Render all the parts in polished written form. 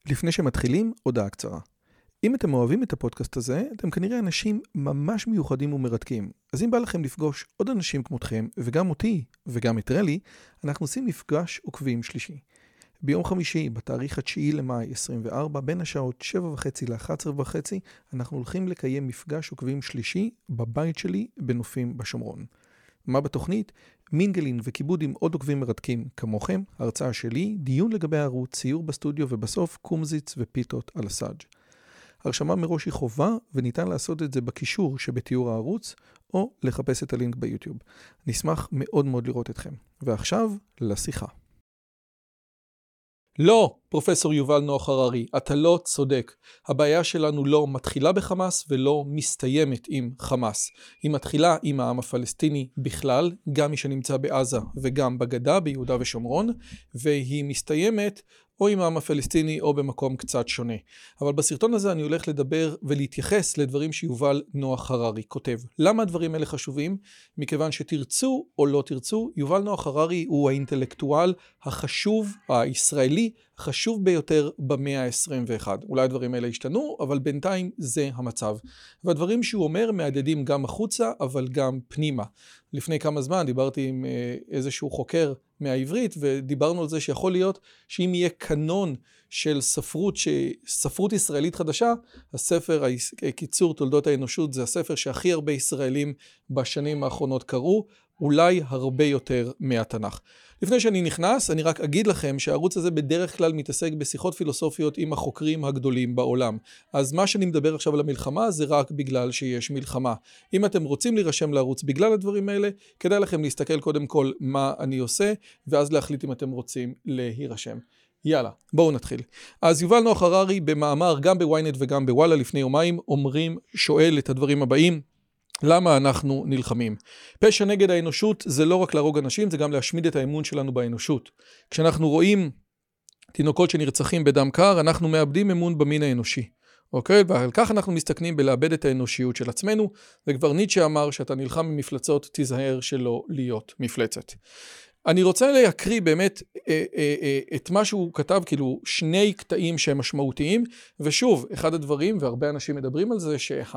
לפני שמתחילים, הודעה קצרה. אם אתם אוהבים את הפודקאסט הזה, אתם כנראה אנשים ממש מיוחדים ומרתקים. אז אם בא לכם לפגוש עוד אנשים כמותכם, וגם אותי, וגם את רלי, אנחנו עושים מפגש עוקבים שלישי. ביום חמישי, בתאריך 9 למאי 24, בין השעות 7:30 ל-11:30, אנחנו הולכים לקיים מפגש עוקבים שלישי בבית שלי בנופים בשומרון. מה בתוכנית? מינגלין וכיבוד עם עוד עוקבים מרתקים כמוכם, הרצאה שלי, דיון לגבי הערוץ, ציור בסטודיו ובסוף קומזיץ ופיתות על הסאג'. הרשמה מראש היא חובה וניתן לעשות את זה בקישור שבתיאור הערוץ או לחפש את הלינק ביוטיוב. נשמח מאוד מאוד לראות אתכם. ועכשיו לשיחה. לא, פרופסור יובל נוח הררי, אתה לא צודק. הבעיה שלנו לא מתחילה בחמאס ולא מסתיימת עם חמאס. היא מתחילה עם העם הפלסטיני בכלל, גם מי שנמצא בעזה וגם בגדה, ביהודה ושומרון, והיא מסתיימת או עם העם הפלסטיני או במקום קצת שונה. אבל בסרטון הזה אני הולך לדבר ולהתייחס לדברים שיובל נוח הררי כותב. למה הדברים האלה חשובים? מכיוון שתרצו או לא תרצו, יובל נוח הררי הוא האינטלקטואל החשוב, הישראלי, חשוב ביותר במאה ה-21. אולי הדברים האלה השתנו, אבל בינתיים זה המצב. והדברים שהוא אומר מהדהדים גם החוצה, אבל גם פנימה. לפני כמה זמן דיברתי עם איזשהו חוקר מהעברית, ודיברנו על זה שיכול להיות שאם יהיה קנון של ספרות ישראלית חדשה, הספר, קיצור תולדות האנושות, זה הספר שהכי הרבה ישראלים בשנים האחרונות קראו, אולי הרבה יותר מהתנ"ך. לפני שאני נכנס, אני רק אגיד לכם שהערוץ הזה בדרך כלל מתעסק בשיחות פילוסופיות עם החוקרים הגדולים בעולם. אז מה שאני מדבר עכשיו על המלחמה זה רק בגלל שיש מלחמה. אם אתם רוצים להירשם לערוץ בגלל הדברים האלה, כדאי לכם להסתכל קודם כל מה אני עושה, ואז להחליט אם אתם רוצים להירשם. יאללה, בואו נתחיל. אז יובל נוח הררי במאמר גם בוויינט וגם בוואלה לפני יומיים שואל את הדברים הבאים. למה אנחנו נלחמים? פשע נגד האנושות זה לא רק להרוג אנשים, זה גם להשמיד את האמון שלנו באנושות. כשאנחנו רואים תינוקות שנרצחים בדם קר, אנחנו מאבדים אמון במין האנושי. אוקיי? ועל כך אנחנו מסתכנים בלאבד את האנושיות של עצמנו, וכבר ניטשה אמר שאתה נלחם במפלצות, תיזהר שלא להיות מפלצת. אני רוצה להקריא באמת את מה שהוא כתב, כאילו שני קטעים שהם משמעותיים, ושוב, אחד הדברים, והרבה אנשים מדברים על זה,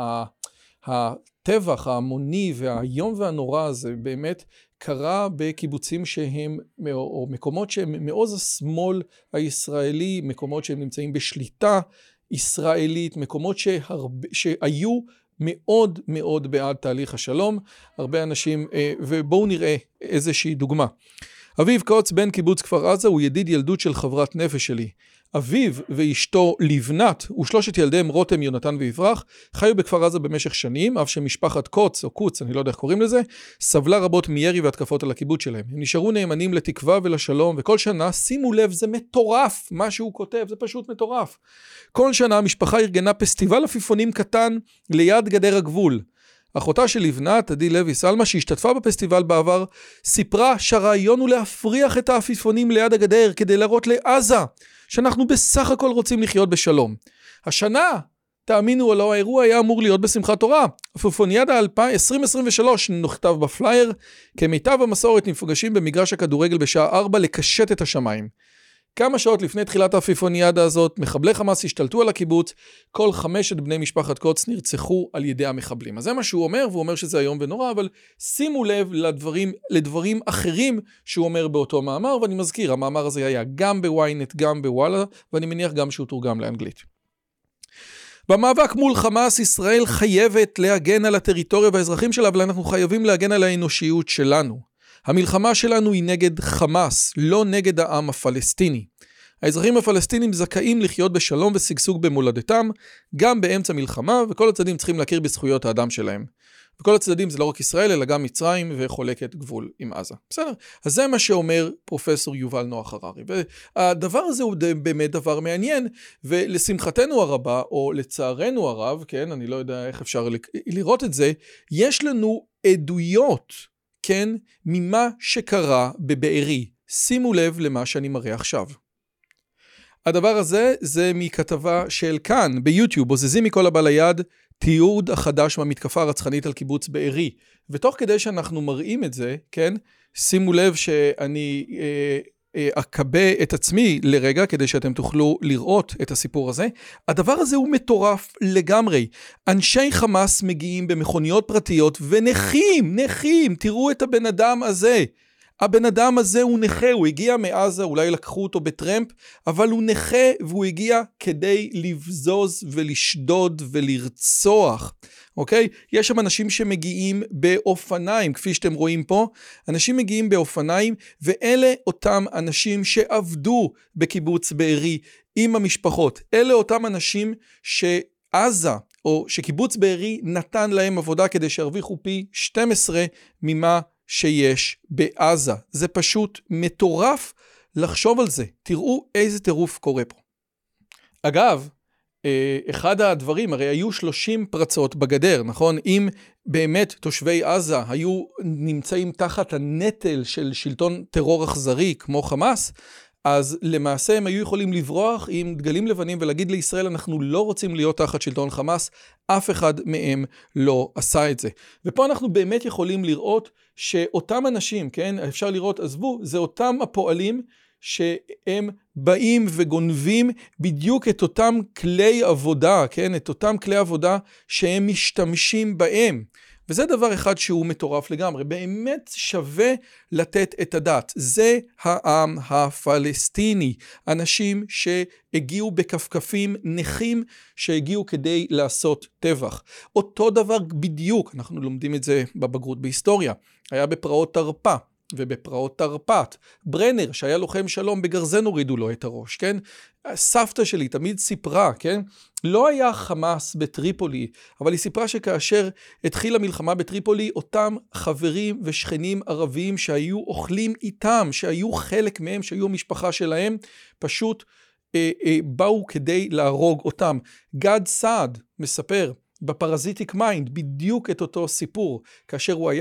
הטבח ההמוני והיום והנורא הזה באמת קרה בקיבוצים שהם, או מקומות שהם מעוז השמאל הישראלי, מקומות שהם נמצאים בשליטה ישראלית, מקומות שהיו מאוד מאוד בעד תהליך השלום, הרבה אנשים, ובואו נראה איזושהי דוגמה. אביב קוץ בן קיבוץ כפר עזה הוא ידיד ילדות של חברת נפש שלי. אביו ואשתו לבנת ושלושת ילדיהם רותם, יונתן ויברח חיו בכפר עזה במשך שנים, אף שמשפחת קוץ או קוץ, אני לא יודע איך קוראים לזה, סבלה רבות מירי והתקפות על הקיבוץ שלהם. הם נשארו נאמנים לתקווה ולשלום, וכל שנה, שימו לב, זה מטורף מה שהוא כותב, זה פשוט מטורף. כל שנה המשפחה ארגנה פסטיבל עפיפונים קטן ליד גדר הגבול. אחותה של לבנת, עדי לוי סלמה, שהשתתפה בפסטיבל בעבר, סיפרה שהרעיון הוא להפריח את העפיפונים ליד הגדר כדי להראות לעזה שאנחנו בסך הכל רוצים לחיות בשלום. השנה, תאמינו או לא, האירוע היה אמור להיות בשמחת תורה. עפיפוניאדה 2023 נכתב בפלייר, כמיטב המסורת נפגשים במגרש הכדורגל בשעה 4 לקשט את השמיים. כמה שעות לפני תחילת העפיפוניאדה הזאת, מחבלי חמאס השתלטו על הקיבוץ, כל 5 בני משפחת קוץ נרצחו על ידי המחבלים. אז זה מה שהוא אומר, והוא אומר שזה היום ונורא, אבל שימו לב לדברים אחרים שהוא אומר באותו מאמר, ואני מזכיר, המאמר הזה היה גם בוויינט, גם בוואלה, ואני מניח גם שהוא תורגם לאנגלית. במאבק מול חמאס, ישראל חייבת להגן על הטריטוריה והאזרחים שלה, אבל אנחנו חייבים להגן על האנושיות שלנו. המלחמה שלנו היא נגד חמאס, לא נגד העם הפלסטיני. האזרחים הפלסטינים זכאים לחיות בשלום ושגשוג במולדתם, גם באמצע מלחמה, וכל הצדדים צריכים להכיר בזכויות האדם שלהם. וכל הצדדים זה לא רק ישראל, אלא גם מצרים וחולקת גבול עם עזה. בסדר? אז זה מה שאומר פרופסור יובל נוח הררי. והדבר הזה הוא באמת דבר מעניין, ולשמחתנו הרבה, או לצערנו הרב, כן, אני לא יודע איך אפשר לראות את זה, יש לנו עדויות, כן, ממה שקרה בבארי. שימו לב למה שאני מראה עכשיו. הדבר הזה זה מכתבה של כאן ביוטיוב, בוזזים מכל הבא ליד, תיעוד החדש מהמתקפה הרצחנית על קיבוץ בארי. ותוך כדי שאנחנו מראים את זה, כן, שימו לב שאני אקבה את עצמי לרגע כדי שאתם תוכלו לראות את הסיפור הזה. הדבר הזה הוא מטורף לגמרי. אנשי חמאס מגיעים במכוניות פרטיות ונכים, תראו את הבן אדם הזה. הבן אדם הזה הוא נכה, הוא הגיע מעזה, אולי לקחו אותו בטרמפ, אבל הוא נכה והוא הגיע כדי לבזוז ולשדוד ולרצוח. אוקיי? יש שם אנשים שמגיעים באופניים, כפי שאתם רואים פה, אנשים מגיעים באופניים, ואלה אותם אנשים שעבדו בקיבוץ בארי עם המשפחות. אלה אותם אנשים שעזה, או שקיבוץ בארי נתן להם עבודה כדי שירוויחו פי 12 ממה שיש בעזה. זה פשוט מטורף לחשוב על זה. תראו איזה טירוף קורה פה. אגב, אחד הדברים, הרי היו 30 פרצות בגדר, נכון? אם באמת תושבי עזה היו נמצאים תחת הנטל של שלטון טרור אכזרי כמו חמאס, אז למעשה הם היו יכולים לברוח עם דגלים לבנים ולהגיד לישראל, אנחנו לא רוצים להיות תחת שלטון חמאס, אף אחד מהם לא עשה את זה. ופה אנחנו באמת יכולים לראות שאותם אנשים, כן, אפשר לראות, עזבו, זה אותם הפועלים שהם באים וגונבים בדיוק את אותם כלי עבודה, כן, את אותם כלי עבודה שהם משתמשים בהם. וזה דבר אחד שהוא מטורף לגמרי, באמת שווה לתת את הדעת. זה העם הפלסטיני, אנשים שהגיעו בכפכפים, נכים שהגיעו כדי לעשות טבח. אותו דבר בדיוק, אנחנו לומדים את זה בבגרות בהיסטוריה, היה בפרעות תרפ"א. ובפרעות תרפ"ט, ברנר שהיה לוחם שלום בגרזן הורידו לו את הראש, כן? סבתא שלי תמיד סיפרה, כן? לא היה חמאס בטריפולי, אבל היא סיפרה שכאשר התחילה מלחמה בטריפולי, אותם חברים ושכנים ערבים שהיו אוכלים איתם, שהיו חלק מהם, שהיו המשפחה שלהם, פשוט באו כדי להרוג אותם. גד סעד מספר, בפרזיטיק מיינד, בדיוק את אותו סיפור. כאשר הוא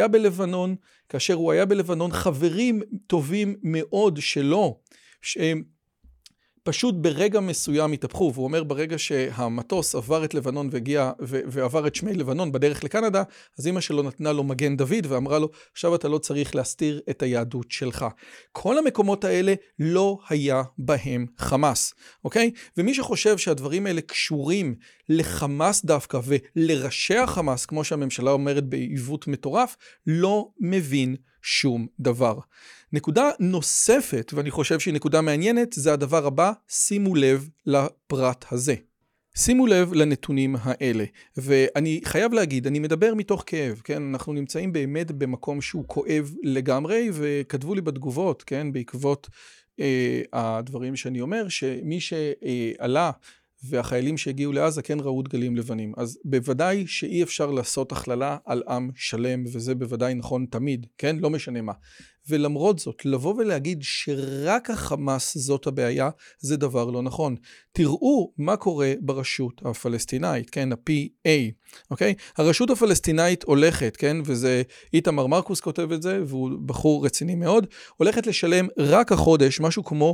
היה בלבנון, חברים טובים מאוד שלו, שהם פשוט ברגע מסוים התהפכו, והוא אומר ברגע שהמטוס עבר את לבנון ועבר את שמי לבנון בדרך לקנדה, אז אמא שלו נתנה לו מגן דוד ואמרה לו, עכשיו אתה לא צריך להסתיר את היהדות שלך. כל המקומות האלה לא היה בהם חמאס, אוקיי? ומי שחושב שהדברים האלה קשורים לחמאס דווקא ולראשי החמאס, כמו שהממשלה אומרת בעיוות מטורף, לא מבין שום דבר. נקודה נוספת, ואני חושב שהיא נקודה מעניינת, זה הדבר הבא, שימו לב לפרט הזה. שימו לב לנתונים האלה, ואני חייב להגיד, אני מדבר מתוך כאב, כן? אנחנו נמצאים באמת במקום שהוא כואב לגמרי, וכתבו לי בתגובות, כן? בעקבות הדברים שאני אומר, שמי שעלה והחיילים שהגיעו לעזה כן ראו דגלים לבנים. אז בוודאי שאי אפשר לעשות הכללה על עם שלם, וזה בוודאי נכון תמיד, כן? לא משנה מה. ולמרות זאת, לבוא ולהגיד שרק החמאס זאת הבעיה, זה דבר לא נכון. תראו מה קורה ברשות הפלסטינאית, כן? ה-PA, אוקיי? הרשות הפלסטינאית הולכת, כן? וזה, איתמר מרקוס כותב את זה, והוא בחור רציני מאוד, הולכת לשלם רק החודש, משהו כמו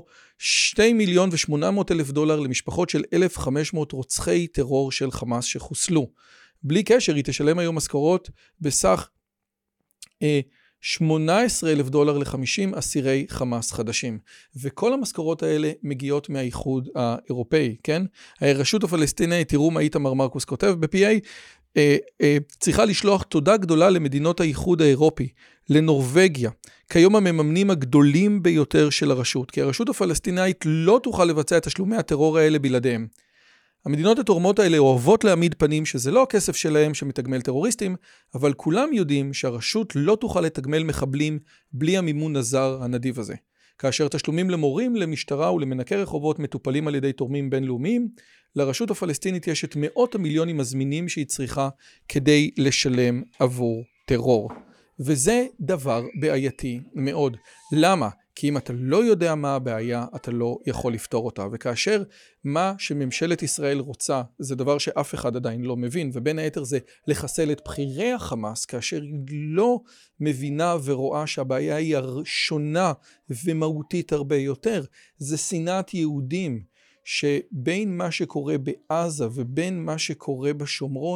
$2,800,000 למשפחות של 1,500 רוצחי טרור של חמאס שחוסלו. בלי קשר, היא תשלם היום משכורות בסך $18,000 ל-50 אסירי חמאס חדשים. וכל המשכורות האלה מגיעות מהאיחוד האירופאי, כן? הרשות הפלסטינאית, תראו מה איתמר מרקוס כותב ב-PA, צריכה לשלוח תודה גדולה למדינות האיחוד האירופי, לנורווגיה, כיום המממנים הגדולים ביותר של הרשות, כי הרשות הפלסטינאית לא תוכל לבצע את תשלומי הטרור האלה בלעדיהם. המדינות התורמות האלה אוהבות להעמיד פנים שזה לא הכסף שלהם שמתגמל טרוריסטים, אבל כולם יודעים שהרשות לא תוכל לתגמל מחבלים בלי המימון הזר הנדיב הזה. כאשר תשלומים למורים, למשטרה ולמנקי רחובות מטופלים על ידי תורמים בינלאומיים, לרשות הפלסטינית יש את מאות המיליונים הזמינים שהיא צריכה כדי לשלם עבור טרור. וזה דבר בעייתי מאוד. למה? כי אם אתה לא יודע מה הבעיה, אתה לא יכול לפתור אותה. וכאשר מה שממשלת ישראל רוצה, זה דבר שאף אחד עדיין לא מבין, ובין היתר זה לחסל את בחירי החמאס, כאשר היא לא מבינה ורואה שהבעיה היא שונה ומהותית הרבה יותר. זה שנאת יהודים, שבין מה שקורה בעזה ובין מה שקורה בשומרון,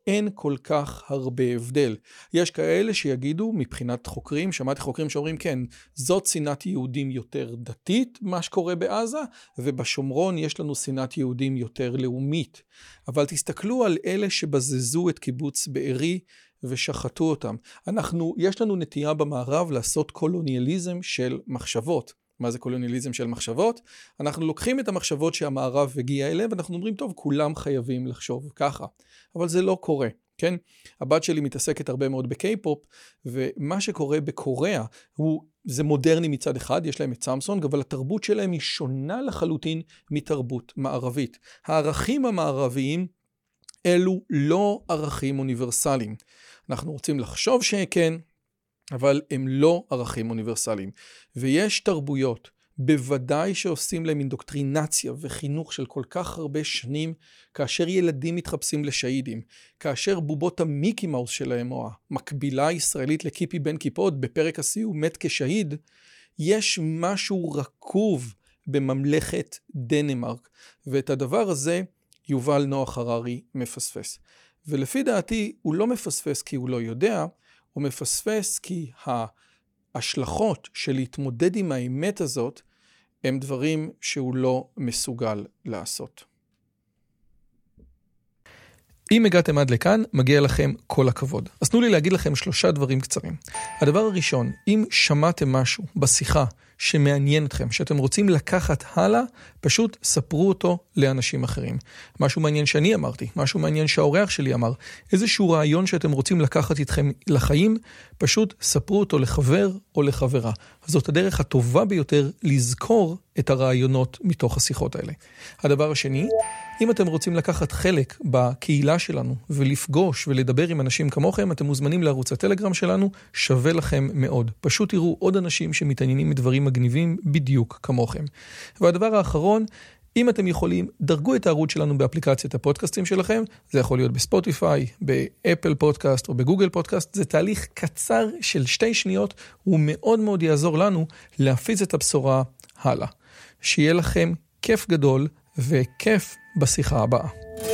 אין כל כך הרבה הבדל. יש כאלה שיגידו, מבחינת חוקרים, שמעתי חוקרים שאומרים, כן, זאת שנאת יהודים יותר דתית, מה שקורה בעזה, ובשומרון יש לנו שנאת יהודים יותר לאומית. אבל תסתכלו על אלה שבזזו את קיבוץ בארי, ושחטו אותם. יש לנו נטייה במערב לעשות קולוניאליזם של מחשבות. מה זה קולוניאליזם של מחשבות? אנחנו לוקחים את המחשבות שהמערב הגיע אליהם, ואנחנו אומרים, טוב, כולם חייבים לחשוב ככה. אבל זה לא קורה, כן? הבת שלי מתעסקת הרבה מאוד בקיי-פופ, ומה שקורה בקוריאה, זה מודרני מצד אחד, יש להם את סמסונג, אבל התרבות שלהם היא שונה לחלוטין מתרבות מערבית. הערכים המערביים, אלו לא ערכים אוניברסליים. אנחנו רוצים לחשוב שכן, אבל הם לא ערכים אוניברסליים. ויש תרבויות, בוודאי שעושים להם אינדוקטרינציה וחינוך של כל כך הרבה שנים, כאשר ילדים מתחפשים לשהידים, כאשר בובות המיקי מאוס שלהם, או המקבילה הישראלית לקיפי בן קיפוד, בפרק הסיום מת כשהיד, יש משהו רקוב בממלכת דנמרק, ואת הדבר הזה יובל נוח הררי מפספס. ולפי דעתי הוא לא מפספס כי הוא לא יודע, הוא מפספס כי ההשלכות של להתמודד עם האמת הזאת, הם דברים שהוא לא מסוגל לעשות. אם הגעתם עד לכאן, מגיע לכם כל הכבוד. אז תנו לי להגיד לכם 3 דברים קצרים. הדבר הראשון, אם שמעתם משהו בשיחה שמעניין אתכם, שאתם רוצים לקחת הלאה, פשוט ספרו אותו לאנשים אחרים. משהו מעניין שאני אמרתי, משהו מעניין שהאורח שלי אמר, איזשהו רעיון שאתם רוצים לקחת איתכם לחיים, פשוט ספרו אותו לחבר או לחברה. זאת הדרך הטובה ביותר לזכור את הרעיונות מתוך השיחות האלה. הדבר השני, אם אתם רוצים לקחת חלק בקהילה שלנו ולפגוש ולדבר עם אנשים כמוכם, אתם מוזמנים לערוץ הטלגרם שלנו, שווה לכם מאוד. פשוט תראו עוד אנשים שמתעניינים מדברים מגניבים בדיוק כמוכם. והדבר האחרון, אם אתם יכולים, דרגו את הערוץ שלנו באפליקציית הפודקאסטים שלכם, זה יכול להיות בספוטיפיי, באפל פודקאסט או בגוגל פודקאסט, זה תהליך קצר של 2 שניות, הוא מאוד מאוד יעזור לנו להפיץ את הבשורה הלאה. שיהיה לכם כיף גדול וכיף בשיחה הבאה.